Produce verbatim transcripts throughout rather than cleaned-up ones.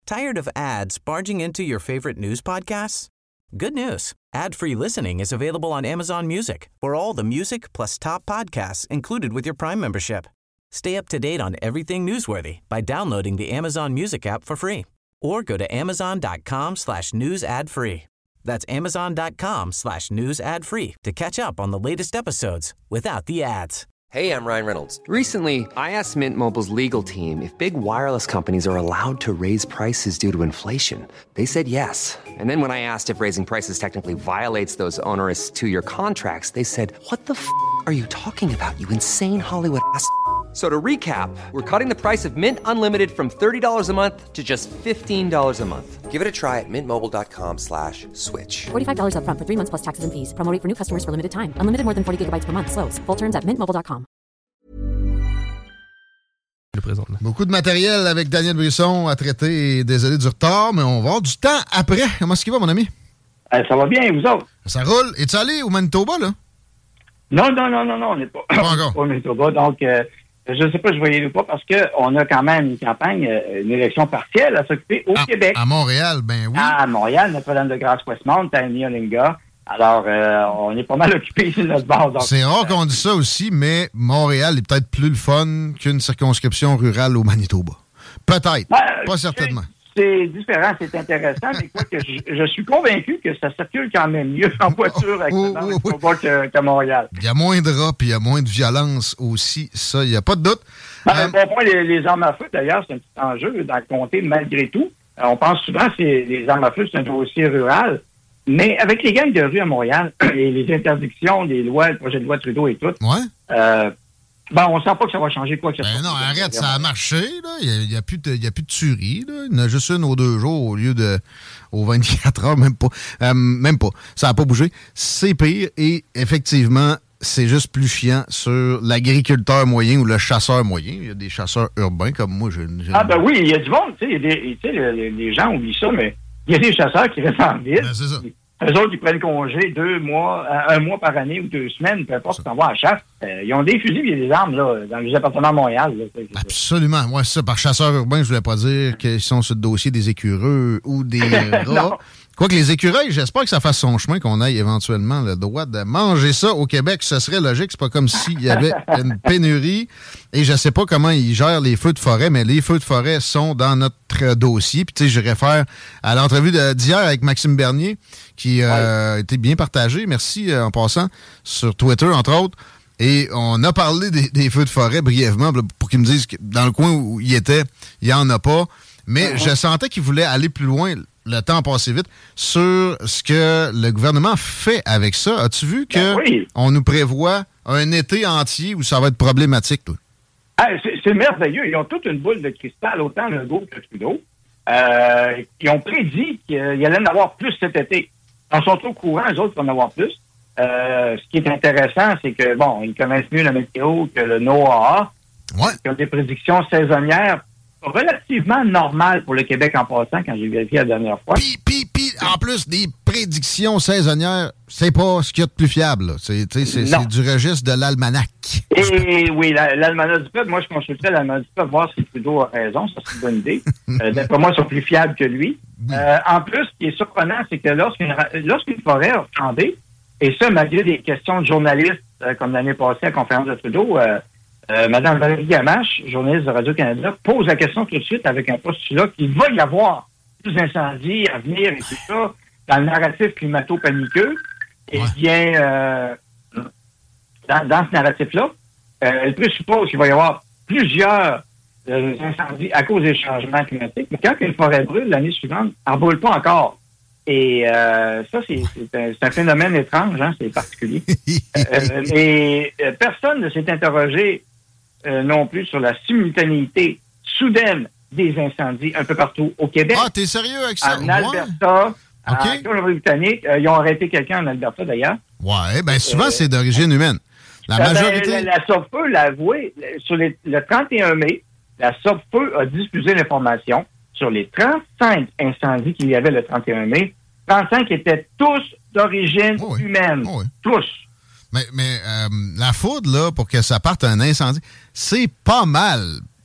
Tired of ads barging into your favorite news podcasts? Good news. Ad-free listening is available on Amazon Music for all the music plus top podcasts included with your Prime membership. Stay up to date on everything newsworthy by downloading the Amazon Music app for free or go to amazon.com slash news ad free. That's amazon.com slash news ad free to catch up on the latest episodes without the ads. Hey, I'm Ryan Reynolds. Recently, I asked Mint Mobile's legal team if big wireless companies are allowed to raise prices due to inflation. They said yes. And then when I asked if raising prices technically violates those onerous two-year contracts, they said, what the f*** are you talking about, you insane Hollywood ass f- So to recap, we're cutting the price of Mint Unlimited from thirty dollars a month to just fifteen dollars a month. Give it a try at mintmobile.com slash switch. forty-five dollars up front for three months plus taxes and fees. Promo rate for new customers for limited time. Unlimited more than forty gigabytes per month. Slows full terms at mint mobile dot com. Beaucoup de matériel avec Daniel Brisson à traiter et désolé du retard, mais on va avoir du temps après. Comment est-ce qu'il va, mon ami? Euh, ça va bien, vous autres? Ça roule. Es-tu allé au Manitoba, là? Non, non, non, non, non, on n'est pas, pas encore. au Manitoba. Donc, euh, je ne sais pas, je voyais ou pas, parce qu'on a quand même une campagne, une élection partielle à s'occuper au à, Québec. À Montréal, ben oui. À Montréal, Notre-Dame-de-Grâce-Westmount, à Neolinga. Alors, euh, on est pas mal occupé sur notre base. Donc, c'est rare qu'on dise ça aussi, mais Montréal est peut-être plus le fun qu'une circonscription rurale au Manitoba. Peut-être, ben, pas certainement. C'est différent, c'est intéressant, mais quoi que je, je suis convaincu que ça circule quand même mieux en voiture avec oh, le oh, oh, Manitoba que, qu'à Montréal. Il y a moins de rats, puis il y a moins de violence aussi, ça, il n'y a pas de doute. Ben, euh, bon point, les, les armes à feu, d'ailleurs, c'est un petit enjeu dans le comté, malgré tout. Euh, on pense souvent que c'est, les armes à feu, c'est un dossier rural, mais avec les gangs de rue à Montréal et les interdictions, les lois, le projet de loi Trudeau et tout, ouais. euh, ben, on sent pas que ça va changer quoi que ce soit. Ben non, arrête, ça a marché, là. Il n'y a, a, plus de, a plus de tuerie, là. Il y en a juste une aux deux jours au lieu de aux vingt-quatre heures, même pas. Euh, même pas. Ça n'a pas bougé. C'est pire et effectivement, c'est juste plus chiant sur l'agriculteur moyen ou le chasseur moyen. Il y a des chasseurs urbains comme moi. Je, je... Ah ben oui, il y a du monde, tu sais, des, les, les gens oublient ça, mais il y a des chasseurs qui restent en ville. Ben, c'est ça. Eux autres, ils prennent congé deux mois, un mois par année ou deux semaines, peu importe, ils s'en vont à la chasse. Euh, ils ont des fusils et des armes là, dans les appartements de Montréal. Là, absolument. Moi, ouais, c'est ça. Par chasseurs urbains, je voulais pas dire qu'ils sont sur le dossier des écureux ou des rats. Quoique les écureuils, j'espère que ça fasse son chemin, qu'on ait éventuellement le droit de manger ça au Québec. Ce serait logique. C'est pas comme s'il y avait une pénurie. Et je sais pas comment ils gèrent les feux de forêt, mais les feux de forêt sont dans notre dossier. Puis tu sais, je réfère à l'entrevue de, d'hier avec Maxime Bernier, qui euh, ouais. était bien partagé. Merci euh, en passant sur Twitter, entre autres. Et on a parlé des, des feux de forêt brièvement pour qu'ils me disent que dans le coin où il était, il n'y en a pas. Mais mm-hmm. je sentais qu'il voulait aller plus loin. Le temps a passé vite, sur ce que le gouvernement fait avec ça. As-tu vu qu'on ben oui. nous prévoit un été entier où ça va être problématique, toi? Ah, c'est, c'est merveilleux. Ils ont toute une boule de cristal, autant Legault que Trudeau. Euh, ils ont prédit qu'il y allait en avoir plus cet été. Ils sont au courant, eux autres, pour en avoir plus. Euh, ce qui est intéressant, c'est que, bon, ils connaissent mieux la météo que le NOAA. Ouais. Ils ont des prédictions saisonnières relativement normal pour le Québec en passant, quand j'ai vérifié la dernière fois. Puis, puis, puis, en plus, des prédictions saisonnières, c'est pas ce qu'il y a de plus fiable. Là. C'est, c'est, c'est du registre de l'almanach. Et oui, la, l'almanach du peuple, moi, je consulterais l'almanach du peuple, voir si Trudeau a raison, ça c'est une bonne idée. euh, d'après moi, ils sont plus fiables que lui. Oui. Euh, en plus, ce qui est surprenant, c'est que lorsqu'une, lorsqu'une forêt a flambé, et ça, malgré des questions de journalistes, euh, comme l'année passée à la conférence de Trudeau, euh, Euh, Madame Valérie Gamache, journaliste de Radio-Canada, pose la question tout de suite avec un postulat qu'il va y avoir plus d'incendies à venir et tout ça dans le narratif climato-paniqueux. Eh bien, euh, dans, dans ce narratif-là, euh, elle présuppose qu'il va y avoir plusieurs euh, incendies à cause des changements climatiques. Mais quand une forêt brûle, l'année suivante, elle ne brûle pas encore. Et euh, ça, c'est, c'est, un, c'est un phénomène étrange, hein, c'est particulier. euh, et euh, personne ne s'est interrogé Euh, non plus sur la simultanéité soudaine des incendies un peu partout au Québec. Ah, t'es sérieux avec ça? En Alberta, ouais. okay. en Colombie-Britannique. Euh, ils ont arrêté quelqu'un en Alberta, d'ailleurs. Ouais, ben souvent, euh, c'est d'origine humaine. La euh, majorité... Ben, la, la Sopfeu l'a avoué. Sur les, le trente et un mai, la Sopfeu a diffusé l'information sur les trente-cinq incendies qu'il y avait le trente et un mai. trente-cinq étaient tous d'origine oh oui. humaine. Oh oui. Tous. Mais, mais euh, la foudre, là, pour que ça parte un incendie, c'est pas mal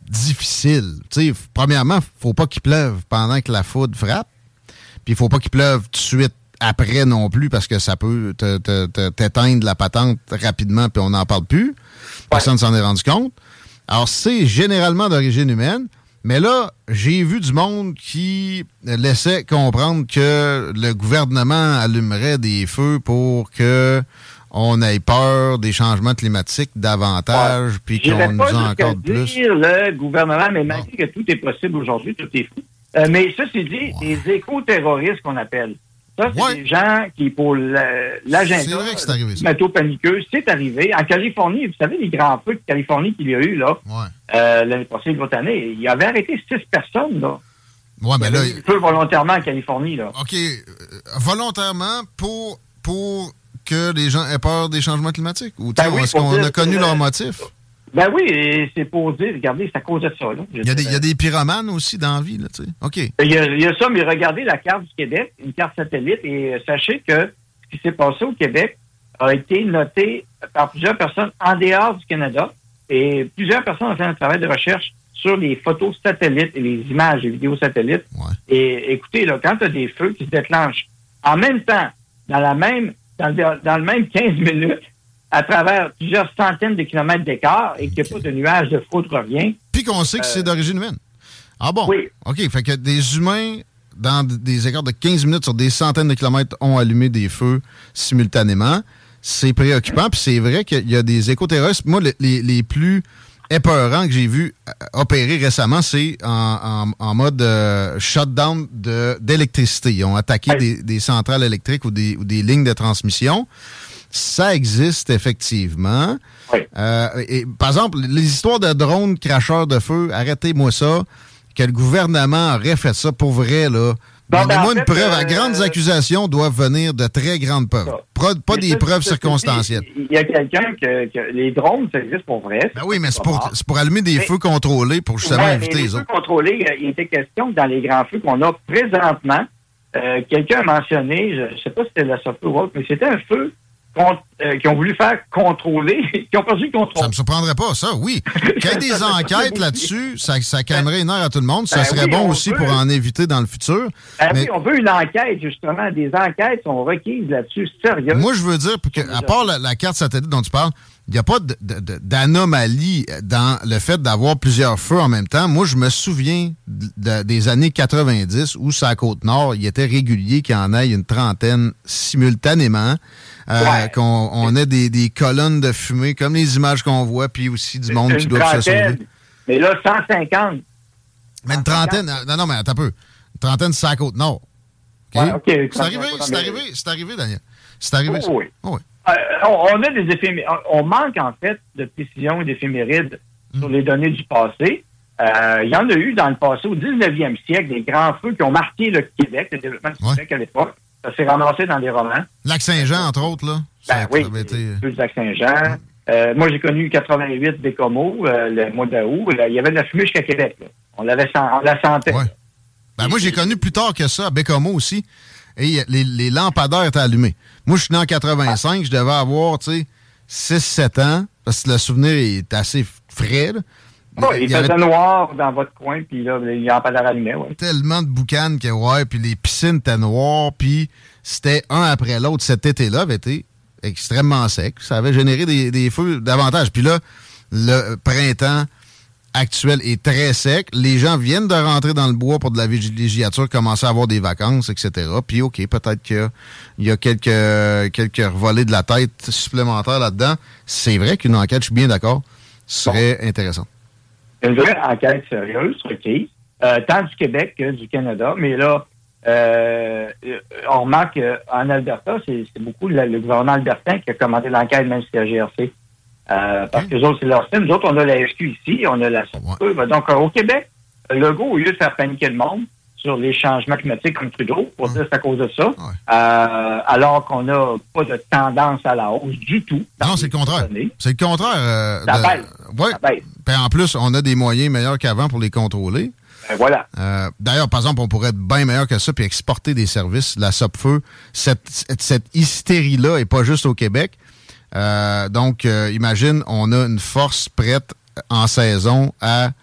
difficile. Tu sais, premièrement, faut pas qu'il pleuve pendant que la foudre frappe, puis il faut pas qu'il pleuve tout de suite après non plus, parce que ça peut te, te, te, t'éteindre la patente rapidement, puis on n'en parle plus. Personne ne s'en est rendu compte. Alors, c'est généralement d'origine humaine, mais là, j'ai vu du monde qui laissait comprendre que le gouvernement allumerait des feux pour que on ait peur des changements climatiques davantage, ouais. puis qu'on nous en accorde plus. Le gouvernement, mais malgré que tout est possible aujourd'hui, tout est fou. Euh, mais ça, c'est dit, ouais. des éco-terroristes qu'on appelle. Ça, c'est ouais. des gens qui, pour l'agenda, c'est vrai que c'est arrivé, ça. Mato-paniqueux, c'est arrivé. En Californie, vous savez, les grands feux de Californie qu'il y a eu, là, ouais. euh, l'année passée, l'autre année, il avait arrêté six personnes, là. Ouais, mais là. Il feu volontairement en Californie, là. OK. Euh, volontairement pour, pour que les gens aient peur des changements climatiques? Ou ben oui, est-ce qu'on dire, a connu euh, leur motif? Ben oui, et c'est pour dire, regardez, c'est à cause de ça, là. Il y a des, il y a des pyromanes aussi dans la vie, là, tu sais. OK. Il y, a, il y a ça, mais regardez la carte du Québec, une carte satellite, et sachez que ce qui s'est passé au Québec a été noté par plusieurs personnes en dehors du Canada, et plusieurs personnes ont fait un travail de recherche sur les photos satellites et les images et vidéos satellites. Ouais. Et écoutez, là, quand tu as des feux qui se déclenchent en même temps, dans la même, dans le, dans le même quinze minutes, à travers plusieurs centaines de kilomètres d'écart et qu'il n'y a pas de nuages de foudre, rien. Puis qu'on sait que euh, c'est d'origine humaine. Ah bon? Oui. OK, fait que des humains, dans des écarts de quinze minutes sur des centaines de kilomètres, ont allumé des feux simultanément. C'est préoccupant, puis c'est vrai qu'il y a des éco-terroristes. Moi, les, les, les plus épeurants que j'ai vus opérer récemment, c'est en, en, en mode euh, shutdown de, d'électricité. Ils ont attaqué oui. des, des centrales électriques ou des, ou des lignes de transmission. Ça existe effectivement. Oui. Euh, et, par exemple, les histoires de drones cracheurs de feu, arrêtez-moi ça, que le gouvernement aurait fait ça pour vrai, là. Donnez-moi une preuve. Euh, à grandes accusations doivent venir de très grandes preuves. Pro, pas des ça, preuves ça, circonstancielles. Il y a quelqu'un que, que les drones, ça existe pour vrai. Ben oui, mais c'est pour, c'est pour allumer des mais, feux contrôlés pour justement ouais, éviter les, les autres. Les feux contrôlés, il était question que dans les grands feux qu'on a présentement, euh, quelqu'un a mentionné, je ne sais pas si c'était la Sophie ou autre, mais c'était un feu Con, euh, qui ont voulu faire contrôler, qui ont perdu le contrôle. Ça me surprendrait pas, ça, oui. Qu'il y ait des enquêtes là-dessus, ça, ça calmerait une heure à tout le monde. Ça ben serait oui, bon aussi veut, pour en éviter dans le futur. Ben mais... oui, on veut une enquête, justement. Des enquêtes sont requises là-dessus, sérieux. Moi, je veux dire, que, à part la, la carte satellite dont tu parles, il n'y a pas de, de, de, d'anomalie dans le fait d'avoir plusieurs feux en même temps. Moi, je me souviens de, de, des années quatre-vingt-dix où, sur la Côte-Nord, il était régulier qu'il y en ait une trentaine simultanément. Euh, ouais. Qu'on on ait des, des colonnes de fumée, comme les images qu'on voit, puis aussi du monde qui doit se sauver. Mais là, cent cinquante. Mais une trentaine, non, non, mais attends un peu. Une trentaine, c'est à la Côte-Nord. Okay? Ouais, okay, c'est arrivé, c'est arrivé, c'est arrivé, Daniel. C'est arrivé, oh, oui. Oh, oui. Euh, on, on a des éphémérides. On manque, en fait, de précision et d'éphémérides mm. sur les données du passé. Euh, il y en a eu dans le passé, au dix-neuvième siècle, des grands feux qui ont marqué le Québec, le développement du ouais. Québec à l'époque. Ça s'est ramassé dans des romans. Lac-Saint-Jean, entre autres, là. Ben oui, été... le Lac-Saint-Jean. Euh, moi, j'ai connu quatre-vingt-huit Bécomo, euh, le mois d'août. Là, il y avait de la fumée jusqu'à Québec. Là. On, l'avait, on la sentait. Ouais. Ben, moi, j'ai connu plus tard que ça, à Bécomo aussi. Et les, les lampadaires étaient allumés. Moi, je suis né en quatre-vingt-cinq. Ah. Je devais avoir, tu sais, six sept ans. Parce que le souvenir est assez frais, là. Oh, il, il faisait avait... noir dans votre coin, puis là, les lampadaires allumés, ouais. Tellement de boucanes que, ouais, puis les piscines étaient noires, puis c'était un après l'autre. Cet été-là avait été extrêmement sec. Ça avait généré des, des feux davantage. Puis là, le printemps actuel est très sec. Les gens viennent de rentrer dans le bois pour de la villégiature, commencer à avoir des vacances, et cetera. Puis, OK, peut-être qu'il y a quelques, quelques revolées de la tête supplémentaires là-dedans. C'est vrai qu'une enquête, je suis bien d'accord, serait bon. Intéressante. Une vraie enquête sérieuse, requise, euh, tant du Québec que du Canada. Mais là, euh, on remarque qu'en Alberta, c'est, c'est beaucoup le, le gouvernement albertain qui a commandé l'enquête, même si c'est la G R C. Euh, parce que les autres, c'est leur système. Nous autres, on a la S Q ici, on a la S Q. Ouais. Donc, euh, au Québec, Legault, au lieu de faire paniquer le monde sur les changements climatiques comme Trudeau, pour dire que c'est à cause de ça, ouais. euh, alors qu'on n'a pas de tendance à la hausse du tout. Non, c'est le contraire. Années. C'est le contraire. Euh, ça de... baisse. Ouais. Ça baisse. Puis en plus, on a des moyens meilleurs qu'avant pour les contrôler. Ben voilà. Euh, d'ailleurs, par exemple, on pourrait être bien meilleur que ça puis exporter des services. La Sopfeu, cette, cette hystérie-là n'est pas juste au Québec. Euh, donc, euh, imagine, on a une force prête en saison à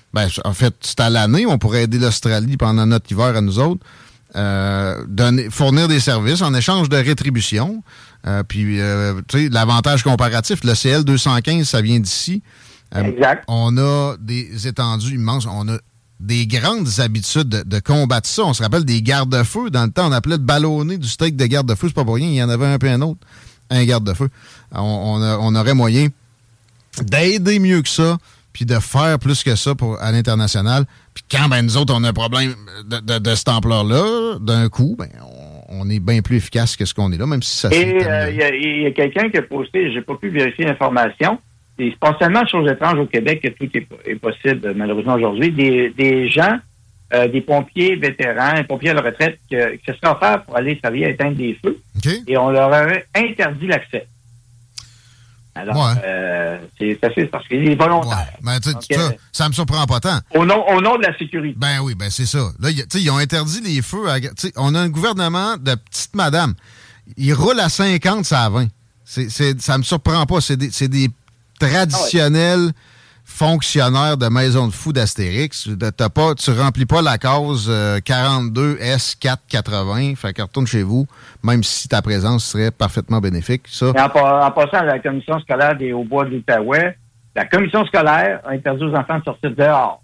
Ben, en fait, c'est à l'année. On pourrait aider l'Australie pendant notre hiver à nous autres. Euh, donner, fournir des services en échange de rétribution. Euh, puis, euh, tu sais, l'avantage comparatif, le C L deux cent quinze, ça vient d'ici. Euh, exact. On a des étendues immenses. On a des grandes habitudes de, de combattre ça. On se rappelle des garde-feux. Dans le temps, on appelait de ballonner du steak de garde-feu. C'est pas pour rien. Il y en avait un peu un autre. Un garde-feu. On, on, a, on aurait moyen d'aider mieux que ça puis de faire plus que ça pour, à l'international. Puis quand ben, nous autres, on a un problème de, de, de cette ampleur-là, d'un coup, ben, on, on est bien plus efficace que ce qu'on est là, même si ça Et il euh, y, y a quelqu'un qui a posté, j'ai pas pu vérifier l'information, c'est pas seulement choses étranges au Québec que tout est, est possible, malheureusement, aujourd'hui. Des, des gens, euh, des pompiers vétérans, des pompiers à la retraite, qui se sont offerts pour aller travailler à éteindre des feux. Okay. Et on leur aurait interdit l'accès. Alors, ouais. euh, c'est assez parce qu'il est volontaire. Ouais. Mais tu sais, ça, ça me surprend pas tant. Au nom, au nom de la sécurité. Ben oui, ben c'est ça. Là, y a, ils ont interdit les feux. À, on a un gouvernement de petite madame. Ils roulent à cinquante, ça à vingt. C'est, c'est, ça me surprend pas. C'est des, c'est des traditionnels ah ouais. fonctionnaires de maison de fous d'Astérix. T'as pas, tu remplis pas la case euh, quarante-deux S quatre quatre-vingts. Fait que retourne chez vous, même si ta présence serait parfaitement bénéfique. Ça. En, en passant à la commission scolaire des Hauts-Bois de l'Outaouais, la commission scolaire a interdit aux enfants de sortir dehors.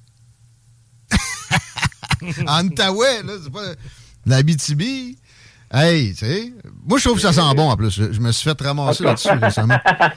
En Outaouais, là, c'est pas l'Abitibi. Hey, tu sais, moi, je trouve que ça sent bon, en plus. Je, je me suis fait ramasser là-dessus récemment.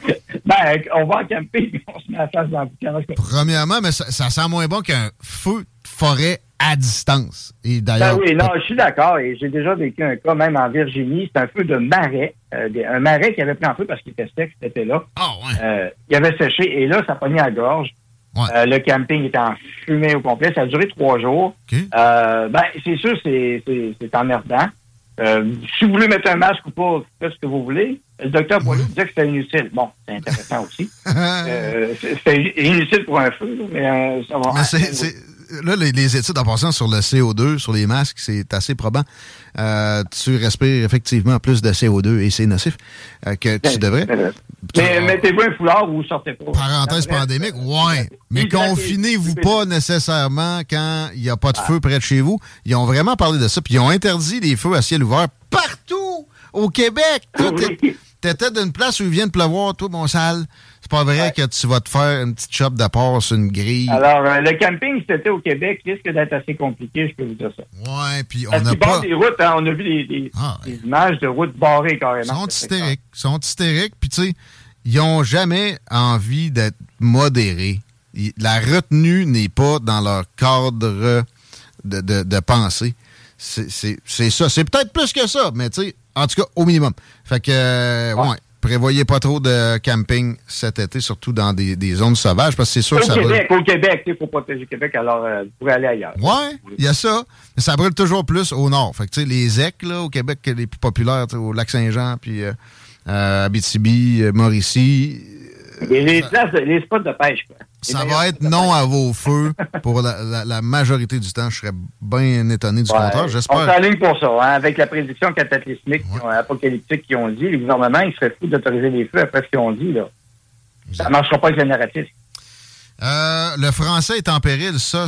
Ben, on va en camper et on se met à face dans le boucan. Premièrement, mais ça, ça sent moins bon qu'un feu de forêt à distance. Et d'ailleurs... Ben oui, non, je suis d'accord. Et j'ai déjà vécu un cas, même en Virginie. C'est un feu de marais. Euh, des, un marais qui avait pris en feu parce qu'il était sec cet été-là. Ah, ouais. Euh, il avait séché. Et là, ça pognait à la gorge. Ouais. Euh, le camping était en fumée au complet. Ça a duré trois jours. Okay. Euh, ben, c'est sûr, c'est, c'est, c'est emmerdant. Euh, si vous voulez mettre un masque ou pas, faites ce que vous voulez. Le docteur Poilou disait que c'était inutile. Bon, c'est intéressant aussi. euh, c'est inutile pour un feu, mais euh, ça va. Mais c'est, c'est, là, les, les études en passant sur le C O deux, sur les masques, c'est assez probant. Euh, tu respires effectivement plus de C O deux et c'est nocif euh, que tu devrais. Mais mettez-vous un foulard ou sortez pas. Parenthèse pandémique, ouais. Mais confinez-vous pas nécessairement quand il n'y a pas de feu près de chez vous. Ils ont vraiment parlé de ça. Puis ils ont interdit les feux à ciel ouvert partout au Québec. Toi, t'étais d'une place où il vient de pleuvoir, toi, mon sale. C'est pas vrai ouais. que tu vas te faire une petite chope de porc sur une grille. Alors, euh, le camping, cet été au Québec, risque d'être assez compliqué, je peux vous dire ça. Ouais, puis on Parce a pas... des routes, hein, on a vu des, des, ah, ouais. des images de routes barrées carrément. Ils sont hystériques. Ils sont hystériques, puis tu sais, ils n'ont jamais envie d'être modérés. La retenue n'est pas dans leur cadre de, de, de pensée. C'est, c'est, c'est ça. C'est peut-être plus que ça, mais tu sais, en tout cas, au minimum. Fait que, euh, ouais. ouais. Prévoyez pas trop de camping cet été, surtout dans des, des zones sauvages, parce que c'est sûr au que ça Québec, brûle. Au Québec, il faut protéger le Québec, alors euh, vous pourrez aller ailleurs. Oui, il y a ça. Mais ça brûle toujours plus au nord. Fait que, tu sais, les Z E C, là, au Québec, les plus populaires, au Lac-Saint-Jean, puis euh, euh, Abitibi, euh, Mauricie. Euh, Et les, ça, places, les spots de pêche, quoi. Ça va être non à vos feux pour la, la, la majorité du temps. Je serais bien étonné du ouais, contraire. J'espère. On s'enligne pour ça. Hein, avec la prédiction cataclysmique, ouais. apocalyptique qu'ils ont dit, le gouvernement, il serait fou d'autoriser les feux après ce qu'ils ont dit. Là. Ça ne marchera pas avec le narratif. Euh, le français est en péril, ça.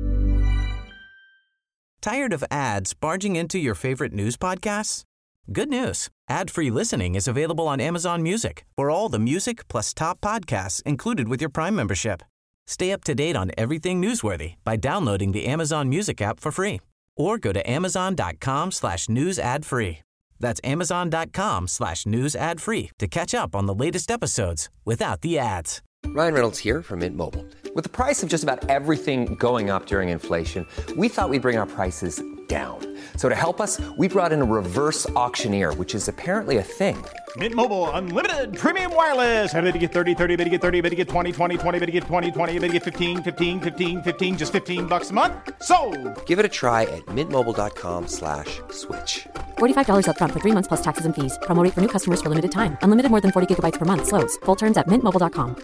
Tired of ads barging into your favorite news podcasts? Good news. Ad-free listening is available on Amazon Music for all the music plus top podcasts included with your Prime membership. Stay up to date on everything newsworthy by downloading the Amazon Music app for free or go to amazon.com slash news ad free. That's amazon.com slash news ad free to catch up on the latest episodes without the ads. Ryan Reynolds here from Mint Mobile. With the price of just about everything going up during inflation, we thought we'd bring our prices down. So to help us, we brought in a reverse auctioneer, which is apparently a thing. Mint Mobile Unlimited Premium Wireless. How to get thirty, thirty, how to get thirty, how to get twenty, twenty, twenty, how to get twenty, twenty, how to get fifteen, fifteen, fifteen, fifteen, just fifteen bucks a month? Sold! Give it a try at mintmobile.com slash switch. forty-five dollars up front for three months plus taxes and fees. Promo rate for new customers for limited time. Unlimited more than forty gigabytes per month. Slows full terms at mint mobile dot com.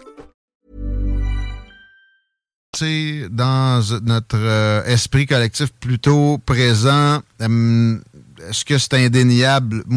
C'est dans notre euh, esprit collectif plutôt présent. Euh, est-ce que c'est indéniable? Moi, je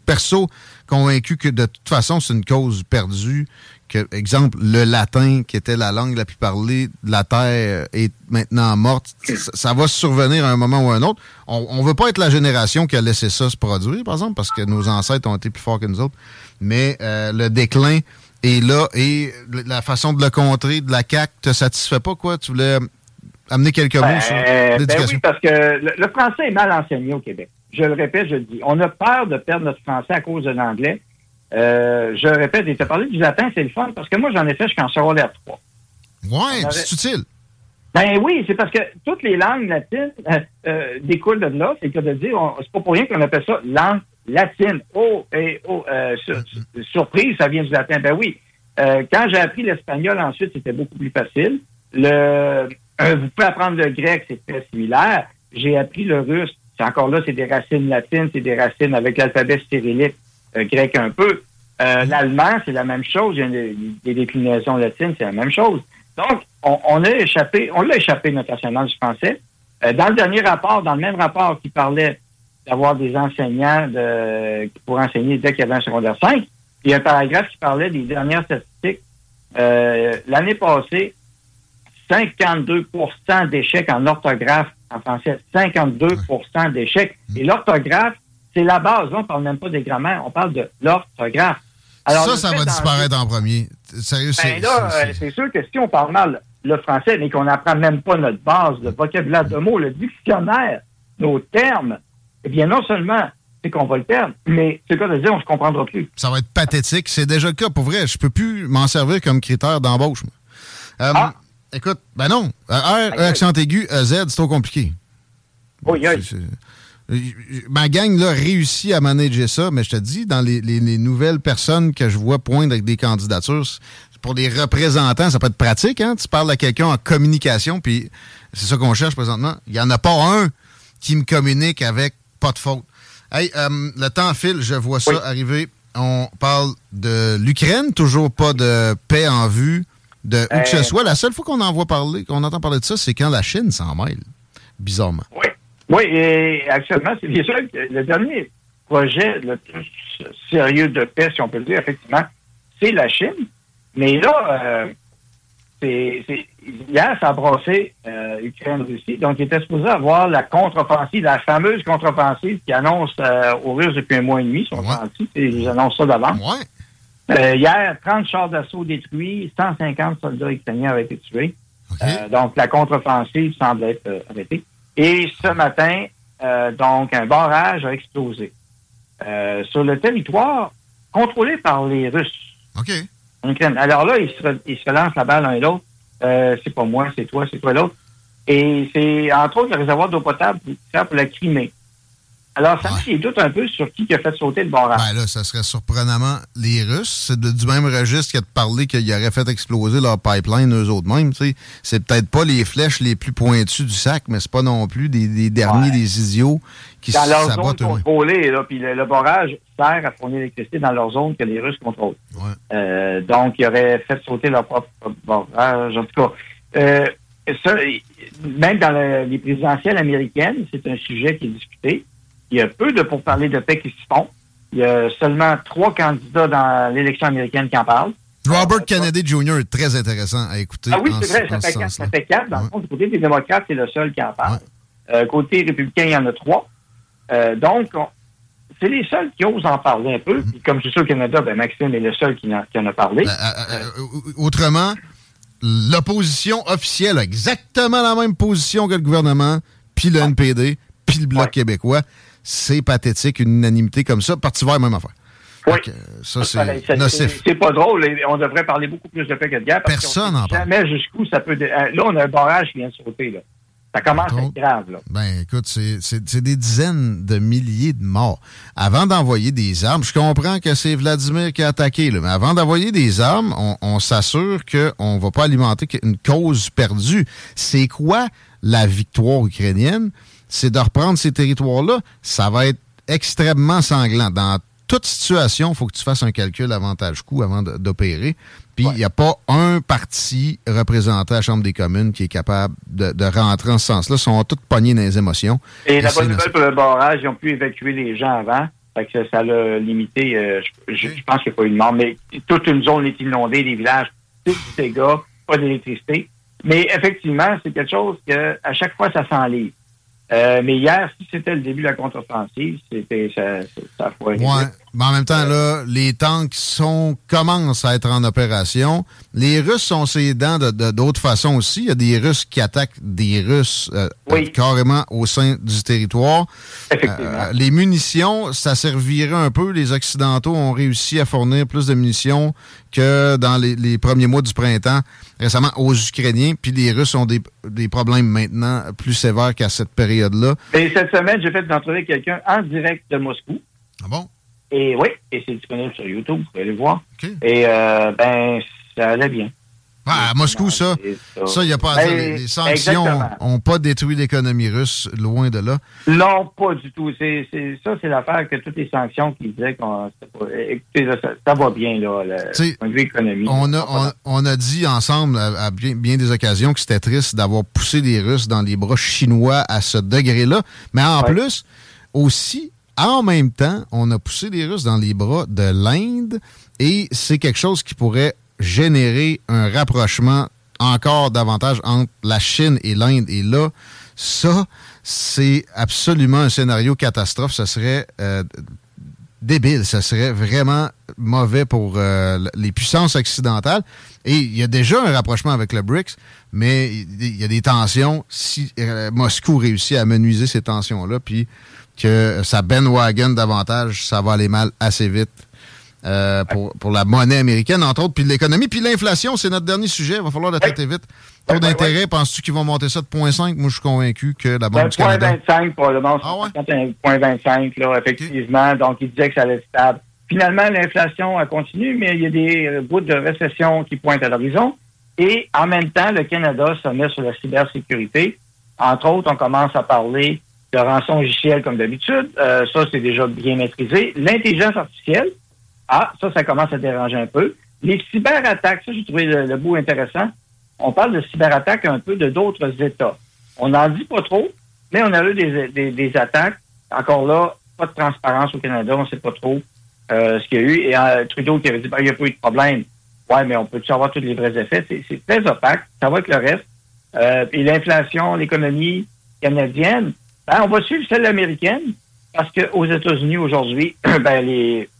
perso convaincu que de toute façon, c'est une cause perdue. Que, exemple, le latin, qui était la langue la plus parlée de la Terre, est maintenant morte. Ça, ça va survenir à un moment ou à un autre. On ne veut pas être la génération qui a laissé ça se produire, par exemple, parce que nos ancêtres ont été plus forts que nous autres. Mais euh, le déclin est là et la façon de le contrer de la C A Q te satisfait pas, quoi? Tu voulais amener quelques mots ben, sur ben l'éducation? oui, parce que le, le français est mal enseigné au Québec. Je le répète, je le dis. On a peur de perdre notre français à cause de l'anglais. Euh, je répète, et tu as parlé du latin, c'est le fun, parce que moi, j'en ai fait jusqu'en secondaire trois. Ouais, avait... c'est utile. Ben oui, c'est parce que toutes les langues latines euh, euh, découlent de là. C'est que de dire, on, c'est pas pour rien qu'on appelle ça langue latine. Oh, et oh, euh, sur, surprise, ça vient du latin. Ben oui. Euh, quand j'ai appris l'espagnol ensuite, c'était beaucoup plus facile. Le, euh, vous pouvez apprendre le grec, c'est très similaire. J'ai appris le russe. C'est encore là, c'est des racines latines, c'est des racines avec l'alphabet cyrillique. Euh, grec un peu. Euh, l'allemand, c'est la même chose. Il y a des, des déclinaisons latines, c'est la même chose. Donc, on, on a échappé, on l'a échappé, notre national du français. Euh, dans le dernier rapport, dans le même rapport qui parlait d'avoir des enseignants de, pour enseigner dès qu'il y avait un secondaire cinq, il y a un paragraphe qui parlait des dernières statistiques. Euh, l'année passée, cinquante-deux pour cent d'échecs en orthographe en français. cinquante-deux pour cent d'échecs. Et l'orthographe, c'est la base. Là, on ne parle même pas des grammaires, on parle de l'orthographe. Alors, ça, ça va disparaître en premier. Sérieux, c'est... Ben là, c'est, c'est... c'est sûr que si on parle mal le français, mais qu'on n'apprend même pas notre base, le vocabulaire de mots, le dictionnaire, nos termes, eh bien, non seulement c'est qu'on va le perdre, mais c'est quoi de dire, on ne se comprendra plus. Ça va être pathétique. C'est déjà le cas. Pour vrai, je peux plus m'en servir comme critère d'embauche. Euh, ah. Écoute, ben non. R, E, accent aigu, Z, c'est trop compliqué. Oui, oui. C'est, c'est... Ma gang là réussit à manager ça, mais je te dis, dans les, les, les nouvelles personnes que je vois poindre avec des candidatures, pour les représentants, ça peut être pratique, hein? Tu parles à quelqu'un en communication, puis c'est ça qu'on cherche présentement. Il n'y en a pas un qui me communique avec pas de faute. Hey, euh, le temps file, je vois ça oui. arriver. On parle de l'Ukraine, toujours pas de paix en vue, de où euh... que ce soit. La seule fois qu'on en voit parler, qu'on entend parler de ça, c'est quand la Chine s'en mêle, bizarrement. Oui. Oui, et actuellement, c'est bien sûr que le dernier projet le plus sérieux de paix, si on peut le dire, effectivement, c'est la Chine. Mais là, euh, c'est, c'est, hier, ça a brassé euh, Ukraine-Russie. Donc, il était supposé avoir la contre-offensive, la fameuse contre-offensive qui annonce euh, aux Russes depuis un mois et demi, ils sont gentils, ouais. Ils annoncent ça d'avance. Ouais. Euh, hier, trente chars d'assaut détruits, cent cinquante soldats ukrainiens avaient été tués. Okay. Euh, donc, la contre-offensive semble être euh, arrêtée. Et ce matin, euh, donc, un barrage a explosé euh, sur le territoire contrôlé par les Russes. OK. Alors là, ils se, ils se lancent la balle l'un et l'autre. Euh, c'est pas moi, c'est toi, c'est toi l'autre. Et c'est, entre autres, le réservoir d'eau potable pour, pour la Crimée. Alors, ça ouais. me doute un peu sur qui qui a fait sauter le barrage. Ben là, ça serait surprenamment les Russes. C'est de, du même registre qui a parlé qu'ils auraient fait exploser leur pipeline eux autres mêmes. T'sais. C'est peut-être pas les flèches les plus pointues du sac, mais c'est pas non plus des, des derniers, ouais. des idiots qui dans leur zone contrôlée, là, puis le, le barrage sert à fournir l'électricité dans leur zone que les Russes contrôlent. Ouais. Euh, donc, ils auraient fait sauter leur propre barrage. En tout cas, euh, ça, même dans le, les présidentielles américaines, c'est un sujet qui est discuté. Il y a peu de pourparlers de paix qui se font. Il y a seulement trois candidats dans l'élection américaine qui en parlent. Robert euh, Kennedy Junior est très intéressant à écouter. Ah oui, c'est vrai, ça fait, quatre, ça fait quatre. Dans ouais. le fond, du côté des démocrates, c'est le seul qui en parle. Ouais. Euh, côté républicain, il y en a trois. Euh, donc, on, c'est les seuls qui osent en parler un peu. Mm-hmm. Puis comme je suis au Canada, ben Maxime est le seul qui en, qui en a parlé. Euh, euh, euh, autrement, l'opposition officielle a exactement la même position que le gouvernement, puis le ouais. N P D, puis le Bloc ouais. québécois. C'est pathétique, une unanimité comme ça. Parti vert, même affaire. Oui. Donc, ça, c'est, c'est nocif. C'est, c'est pas drôle. On devrait parler beaucoup plus de paix que de guerre. Parce Personne n'en parle. Jamais jusqu'où ça peut... Là, on a un barrage qui vient de sauter. Là. Ça commence à être grave. Là. Ben, écoute, c'est, c'est, c'est des dizaines de milliers de morts. Avant d'envoyer des armes, je comprends que c'est Vladimir qui a attaqué, là, mais avant d'envoyer des armes, on, on s'assure qu'on ne va pas alimenter une cause perdue. C'est quoi la victoire ukrainienne? C'est de reprendre ces territoires-là. Ça va être extrêmement sanglant. Dans toute situation, il faut que tu fasses un calcul avantage-coût avant de, d'opérer. Puis, il ouais. n'y a pas un parti représenté à la Chambre des communes qui est capable de, de rentrer en ce sens-là. Ils sont tous pognés dans les émotions. Et, Et la bonne nouvelle pour le barrage, ils ont pu évacuer les gens avant. Fait que ça, ça l'a limité. Euh, je, je, je pense qu'il n'y a pas eu de mort, mais toute une zone est inondée, des villages, tout du dégâts, pas d'électricité. Mais effectivement, c'est quelque chose que à chaque fois, ça s'enlise. Euh, mais hier, si c'était le début de la contre-offensive, c'était ça, ça, ça a foiré. Ouais, mais en même temps, là, les tanks sont commencent à être en opération. Les Russes sont ses dents de, de, d'autres façons aussi. Il y a des Russes qui attaquent des Russes euh, oui. euh, carrément au sein du territoire. Effectivement. Euh, les munitions, ça servirait un peu. Les Occidentaux ont réussi à fournir plus de munitions que dans les, les premiers mois du printemps récemment aux Ukrainiens. Puis les Russes ont des, des problèmes maintenant plus sévères qu'à cette période-là. Et cette semaine, j'ai fait une entrevue avec quelqu'un en direct de Moscou. Ah bon? Et oui, et c'est disponible sur YouTube, vous pouvez aller voir. Okay. Et euh, ben, ça allait bien. Ah, à Moscou, ça, ça, il n'y a pas à dire. Les, les sanctions n'ont pas détruit l'économie russe, loin de là. Non, pas du tout. C'est, c'est, ça, c'est l'affaire que toutes les sanctions qui disaient qu'on... Écoutez, là, ça, ça va bien, là, le point de vue économique. On a, on, on a dit ensemble, à, à bien, bien des occasions, que c'était triste d'avoir poussé les Russes dans les bras chinois à ce degré-là. Mais en ouais. plus, aussi, en même temps, on a poussé les Russes dans les bras de l'Inde et c'est quelque chose qui pourrait générer un rapprochement encore davantage entre la Chine et l'Inde. Et là, ça, c'est absolument un scénario catastrophe. Ça serait euh, débile. Ça serait vraiment mauvais pour euh, les puissances occidentales. Et il y a déjà un rapprochement avec le B R I C S, mais il y a des tensions. Si euh, Moscou réussit à menuiser ces tensions-là, puis que ça bandwagon davantage, ça va aller mal assez vite. Euh, pour, pour la monnaie américaine, entre autres, puis l'économie. Puis l'inflation, c'est notre dernier sujet. Il va falloir le traiter vite. Taux ouais, d'intérêt, ouais, ouais. Penses-tu qu'ils vont monter ça de zéro virgule cinq? Moi, je suis convaincu que la Banque du Canada... zéro virgule vingt-cinq pour le moment. Ah ouais? zéro virgule vingt-cinq, là, effectivement. Okay. Donc, il disait que ça allait être stable. Finalement, l'inflation continue, mais il y a des bouts de récession qui pointent à l'horizon. Et en même temps, le Canada se met sur la cybersécurité. Entre autres, on commence à parler de rançon logiciel comme d'habitude. Euh, ça, c'est déjà bien maîtrisé. L'intelligence artificielle, ah, ça, ça commence à déranger un peu. Les cyberattaques, ça, j'ai trouvé le, le bout intéressant. On parle de cyberattaques un peu de d'autres États. On n'en dit pas trop, mais on a eu des, des, des attaques. Encore là, pas de transparence au Canada, on ne sait pas trop euh, ce qu'il y a eu. Et euh, Trudeau qui avait dit, ben, il n'y a pas eu de problème. Ouais, mais on peut savoir tous les vrais effets. C'est, c'est très opaque. Ça va avec le reste. Euh, et l'inflation, l'économie canadienne, ben, on va suivre celle américaine parce qu'aux États-Unis, aujourd'hui, ben, les...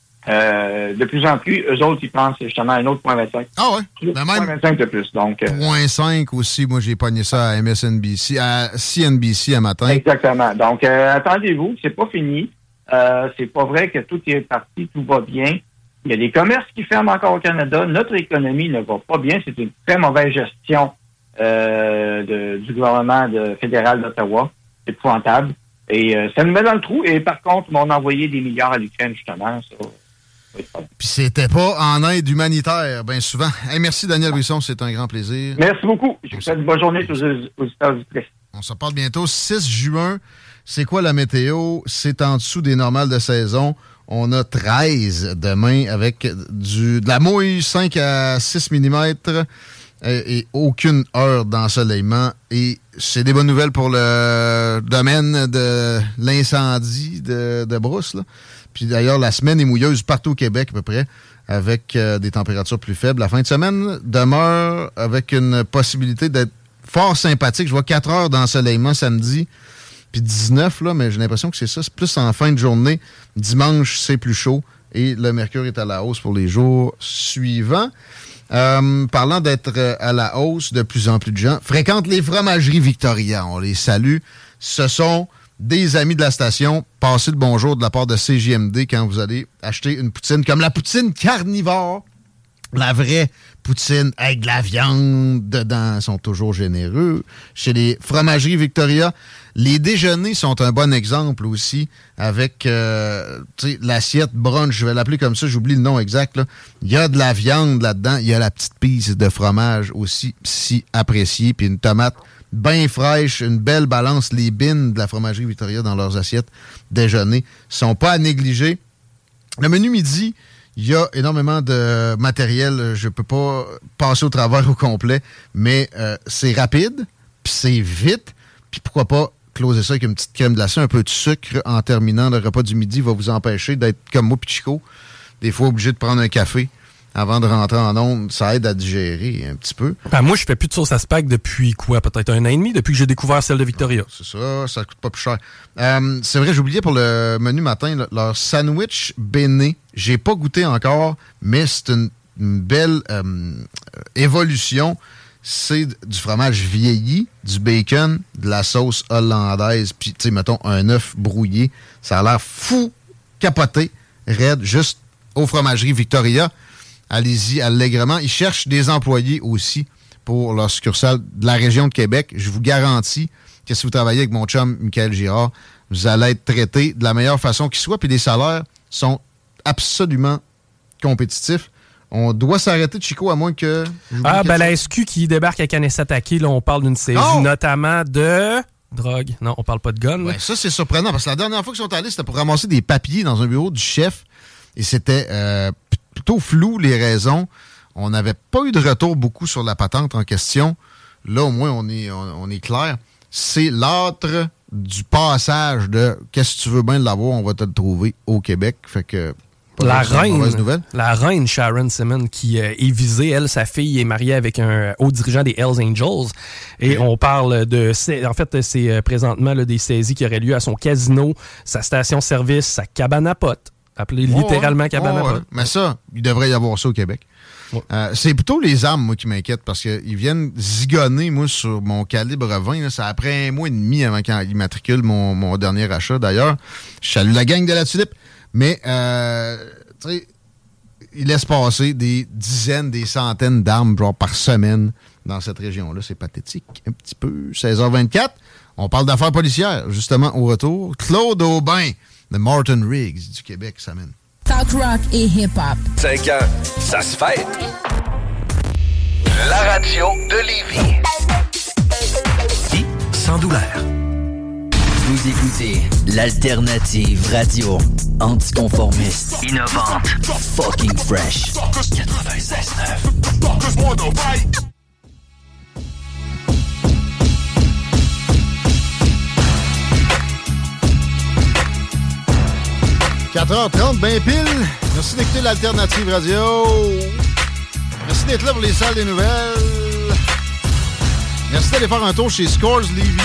Euh, de plus en plus, eux autres, ils pensent justement à un autre point vingt-cinq. Ah ouais? Ben même vingt-cinq de plus. Donc, euh, point cinq aussi, moi j'ai pogné ça à M S N B C, à C N B C à matin. Exactement. Donc, euh, attendez-vous, c'est pas fini. Euh, c'est pas vrai que tout est parti, tout va bien. Il y a des commerces qui ferment encore au Canada. Notre économie ne va pas bien. C'est une très mauvaise gestion euh, de, du gouvernement de, fédéral d'Ottawa. C'est épouvantable. Et euh, ça nous met dans le trou. Et par contre, on a envoyé des milliards à l'Ukraine, justement. Ça. Puis c'était pas en aide humanitaire, bien souvent. Hey, merci, Daniel Brisson, c'est un grand plaisir. Merci beaucoup. Je vous souhaite une bonne journée aux auditeurs du Presse. On se parle bientôt. six juin, c'est quoi la météo? C'est en dessous des normales de saison. On a treize demain avec du, de la mouille, cinq à six millimètres et, et aucune heure d'ensoleillement. Et c'est des bonnes nouvelles pour le domaine de l'incendie de, de brousse, là. Puis d'ailleurs, la semaine est mouilleuse partout au Québec à peu près, avec euh, des températures plus faibles. La fin de semaine demeure avec une possibilité d'être fort sympathique. Je vois quatre heures d'ensoleillement samedi, puis dix-neuf, là, mais j'ai l'impression que c'est ça. C'est plus en fin de journée. Dimanche, c'est plus chaud et le mercure est à la hausse pour les jours suivants. Euh, parlant d'être à la hausse, de plus en plus de gens fréquentent les fromageries Victoria. On les salue. Ce sont des amis de la station. Passez le bonjour de la part de C J M D quand vous allez acheter une poutine comme la poutine carnivore. La vraie poutine avec de la viande dedans. Ils sont toujours généreux. Chez les fromageries Victoria, les déjeuners sont un bon exemple aussi avec euh, l'assiette brunch. Je vais l'appeler comme ça, j'oublie le nom exact. Là. Il y a de la viande là-dedans. Il y a la petite pisse de fromage aussi si appréciée. Puis une tomate bien fraîche, une belle balance. Les bines de la fromagerie Victoria dans leurs assiettes déjeuner sont pas à négliger. Le menu midi, il y a énormément de matériel. Je peux pas passer au travers au complet, mais euh, c'est rapide, puis c'est vite, puis pourquoi pas closer ça avec une petite crème glacée, un peu de sucre en terminant le repas du midi va vous empêcher d'être comme moi, Pichico, des fois obligé de prendre un café avant de rentrer en onde. Ça aide à digérer un petit peu. Ben, moi, je fais plus de sauce à spag depuis quoi? Peut-être un an et demi, depuis que j'ai découvert celle de Victoria. Non, c'est ça, ça coûte pas plus cher. Euh, c'est vrai, j'oubliais pour le menu matin, là, leur sandwich béné. J'ai pas goûté encore, mais c'est une, une belle euh, évolution. C'est du fromage vieilli, du bacon, de la sauce hollandaise, puis, tu sais, mettons, un œuf brouillé. Ça a l'air fou, capoté, raide, juste aux fromageries Victoria. Allez-y allègrement. Ils cherchent des employés aussi pour leur succursale de la région de Québec. Je vous garantis que si vous travaillez avec mon chum Michael Girard, vous allez être traité de la meilleure façon qui soit, puis les salaires sont absolument compétitifs. On doit s'arrêter, Chico, à moins que... Ah, ben la S Q qui débarque avec un attaqué, là, on parle d'une saisie oh! notamment de... drogue. Non, on parle pas de gun. Ouais, ça, c'est surprenant, parce que la dernière fois qu'ils sont allés, c'était pour ramasser des papiers dans un bureau du chef, et c'était euh, plutôt flou, les raisons. On n'avait pas eu de retour beaucoup sur la patente en question. Là, au moins, on est, on, on est clair. C'est l'âtre du passage de « Qu'est-ce que tu veux bien de l'avoir? On va te le trouver au Québec. » Fait que... La reine, la reine Sharon Simmons qui euh, est visée, elle, sa fille est mariée avec un haut dirigeant des Hells Angels. Et on parle de... En fait, c'est euh, présentement là, des saisies qui auraient lieu à son casino, sa station-service, sa cabane à potes, appelée oh, littéralement cabane oh, à potes. Ouais. Mais ça, il devrait y avoir ça au Québec. Ouais. Euh, c'est plutôt les armes, moi, qui m'inquiètent, parce qu'ils viennent zigonner, moi, sur mon calibre vingt. Là, ça après un mois et demi avant qu'ils matriculent mon, mon dernier achat. D'ailleurs, je salue la gang de la Tulipe. Mais, euh, tu sais, il laisse passer des dizaines, des centaines d'armes genre par semaine dans cette région-là. C'est pathétique, un petit peu. seize heures vingt-quatre, on parle d'affaires policières, justement, au retour. Claude Aubin de Martin Riggs du Québec, ça mène. Talk rock et hip-hop. cinq ans, ça se fête. La radio de Lévis. Qui sans douleur. Vous écoutez l'alternative radio anticonformiste, innovante, fucking fresh. quatre-vingt-seize neuf. quatre heures trente, ben pile. Merci d'écouter l'alternative radio. Merci d'être là pour les salles des nouvelles. Merci d'aller faire un tour chez Scores Lévis.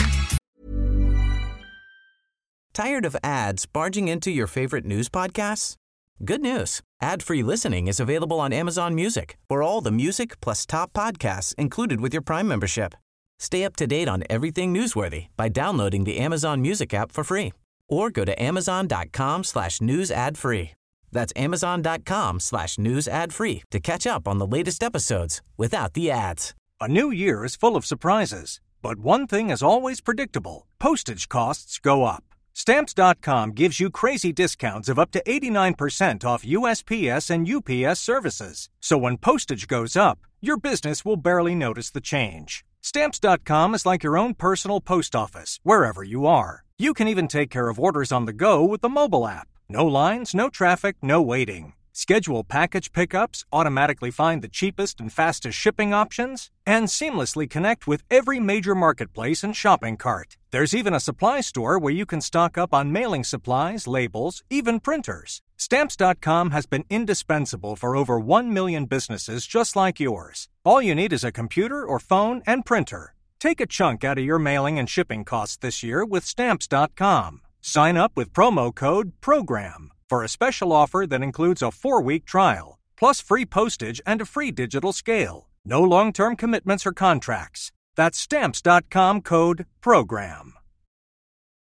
Tired of ads barging into your favorite news podcasts? Good news. Ad-free listening is available on Amazon Music for all the music plus top podcasts included with your Prime membership. Stay up to date on everything newsworthy by downloading the Amazon Music app for free or go to amazon.com slash news ad free. That's amazon.com slash news ad free to catch up on the latest episodes without the ads. A new year is full of surprises, but one thing is always predictable. Postage costs go up. Stamps dot com gives you crazy discounts of up to eighty-nine percent off U S P S and U P S services. So when postage goes up, your business will barely notice the change. Stamps dot com is like your own personal post office, wherever you are. You can even take care of orders on the go with the mobile app. No lines, no traffic, no waiting. Schedule package pickups, automatically find the cheapest and fastest shipping options, and seamlessly connect with every major marketplace and shopping cart. There's even a supply store where you can stock up on mailing supplies, labels, even printers. Stamps dot com has been indispensable for over one million businesses just like yours. All you need is a computer or phone and printer. Take a chunk out of your mailing and shipping costs this year with Stamps dot com. Sign up with promo code PROGRAM for a special offer that includes a four-week trial, plus free postage and a free digital scale. No long-term commitments or contracts. That's Stamps dot com code PROGRAM.